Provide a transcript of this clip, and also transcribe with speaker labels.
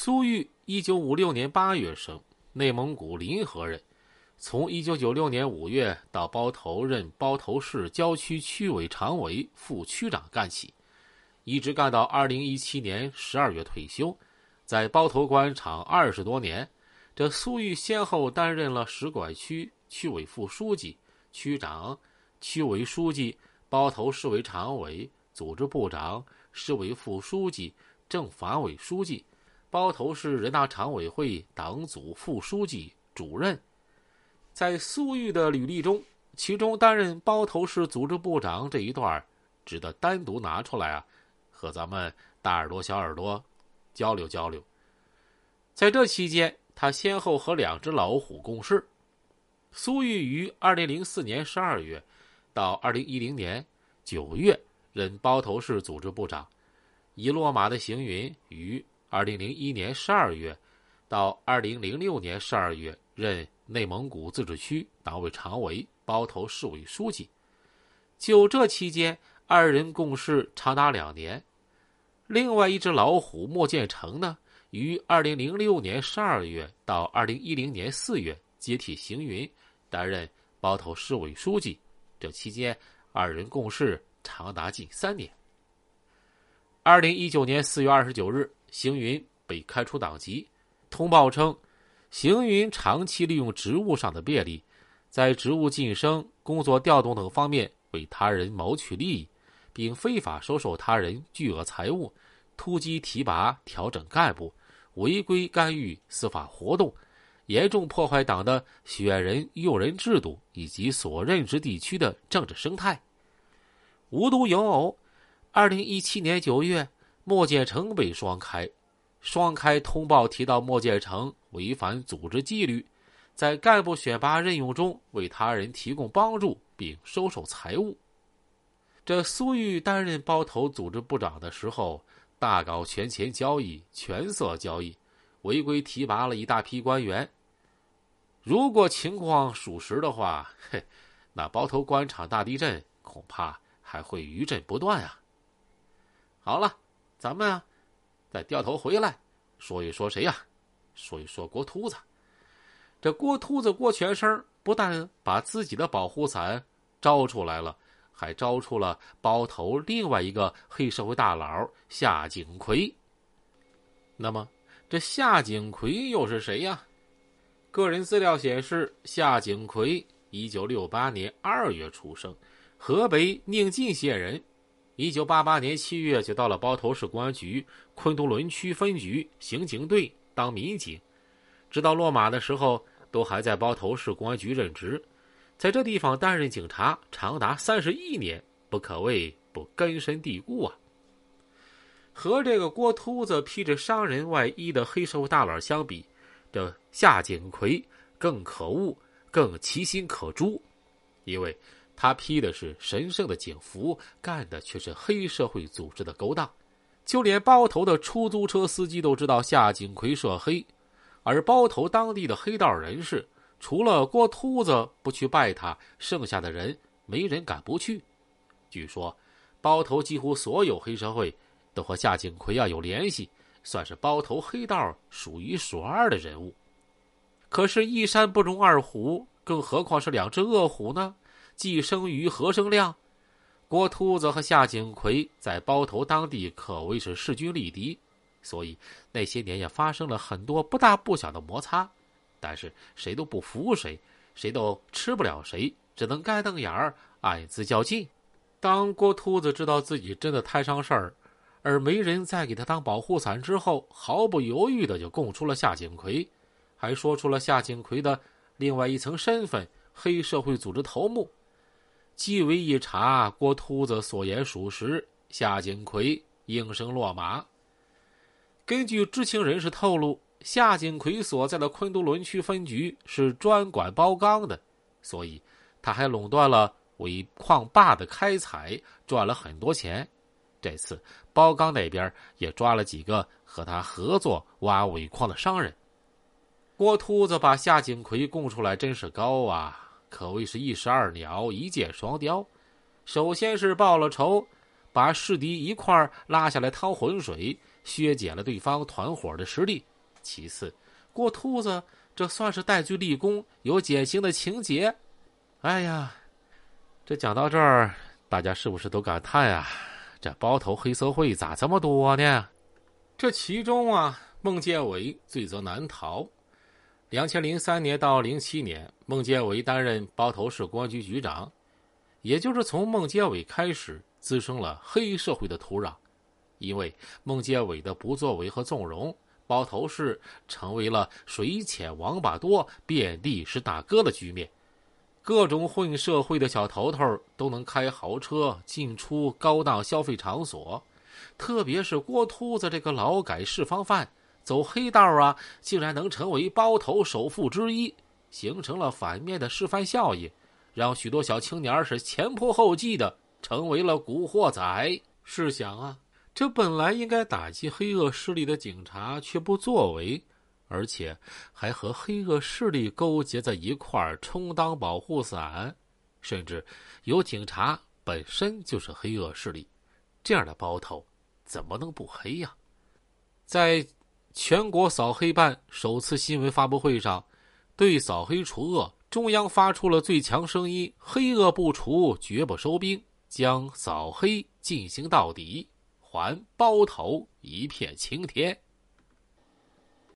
Speaker 1: 苏玉1956年8月生，内蒙古临河人。从1996年5月到包头任包头市郊区区委常委、副区长干起，一直干到2017年12月退休。在包头官场20多年，这苏玉先后担任了使拐区区委副书记、区长、区委书记、包头市委常委、组织部长、市委副书记、政法委书记、包头市人大常委会党组副书记、主任。在苏玉的履历中，其中担任包头市组织部长这一段值得单独拿出来和咱们大耳朵小耳朵交流交流。在这期间，他先后和2只老虎共事。苏玉于2004年12月到2010年9月任包头市组织部长，一落马的行云于2001年12月到2006年12月任内蒙古自治区党委常委、包头市委书记。就这期间，二人共事长达2年。另外一只老虎莫建成呢，于2006年12月到2010年4月接替行云，担任包头市委书记。这期间，二人共事长达近3年。2019年4月29日，行云被开除党籍。通报称，行云长期利用职务上的便利，在职务晋升、工作调动等方面为他人谋取利益，并非法收受他人巨额财物，突击提拔调整干部，违规干预司法活动，严重破坏党的选人用人制度以及所任职地区的政治生态。无独有偶，2017年9月，莫建成被双开。双开通报提到莫建成违反组织纪律，在干部选拔任用中为他人提供帮助并收受财物。这苏玉担任包头组织部长的时候，大搞权钱交易、权色交易，违规提拔了一大批官员。如果情况属实的话，那包头官场大地震恐怕还会余震不断啊。好了，咱们再掉头回来说一说谁呀？说一说郭秃子。这郭秃子郭全生不但把自己的保护伞招出来了，还招出了包头另外一个黑社会大佬夏景奎。那么这夏景奎又是谁呀？个人资料显示，夏景奎1968年2月出生，河北宁晋县人。1988年7月就到了包头市公安局昆都仑区分局刑警队当民警，直到落马的时候都还在包头市公安局任职，在这地方担任警察长达31年，不可谓不根深蒂固啊。和这个郭秃子披着商人外衣的黑社会大佬相比，这夏景奎更可恶，更其心可诛，因为他披的是神圣的警服，干的却是黑社会组织的勾当。就连包头的出租车司机都知道夏景奎涉黑，而包头当地的黑道人士，除了郭秃子不去拜他，剩下的人没人敢不去。据说包头几乎所有黑社会都和夏景奎有联系，算是包头黑道数一数二的人物。可是一山不容二虎，更何况是2只恶虎呢？既生瑜何生亮？郭秃子和夏景奎在包头当地可谓是势均力敌，所以那些年也发生了很多不大不小的摩擦。但是谁都不服谁，谁都吃不了谁，只能干瞪眼儿，暗自较劲。当郭秃子知道自己真的摊上事儿，而没人再给他当保护伞之后，毫不犹豫的就供出了夏景奎，还说出了夏景奎的另外一层身份——黑社会组织头目。纪委一查，郭秃子所言属实，夏景奎应声落马。根据知情人士透露，夏景奎所在的昆都仑区分局是专管包钢的，所以他还垄断了为矿坝的开采，赚了很多钱。这次包钢那边也抓了几个和他合作挖尾矿的商人。郭秃子把夏景奎供出来真是高啊，可谓是一石二鸟，一箭双雕。首先是报了仇，把势敌一块拉下来趟浑水，削减了对方团伙的实力， 其次，郭秃子这算是戴罪立功，有减刑的情节。哎呀，这讲到这儿，大家是不是都感叹啊，这包头黑社会咋这么多呢？这其中啊，孟建伟罪责难逃。2003年到07年，孟建伟担任包头市公安局局长，也就是从孟建伟开始滋生了黑社会的土壤。因为孟建伟的不作为和纵容，包头市成为了水浅王八多，遍地是大哥的局面。各种混社会的小头头都能开豪车进出高档消费场所，特别是郭秃子这个劳改释放犯，走黑道啊，竟然能成为包头首富之一，形成了反面的示范效应，让许多小青年是前仆后继的成为了古惑仔。试想啊，这本来应该打击黑恶势力的警察却不作为，而且还和黑恶势力勾结在一块儿充当保护伞，甚至有警察本身就是黑恶势力，这样的包头怎么能不黑呀？在全国扫黑办首次新闻发布会上，对扫黑除恶，中央发出了最强声音：黑恶不除，绝不收兵，将扫黑进行到底，还包头一片青天。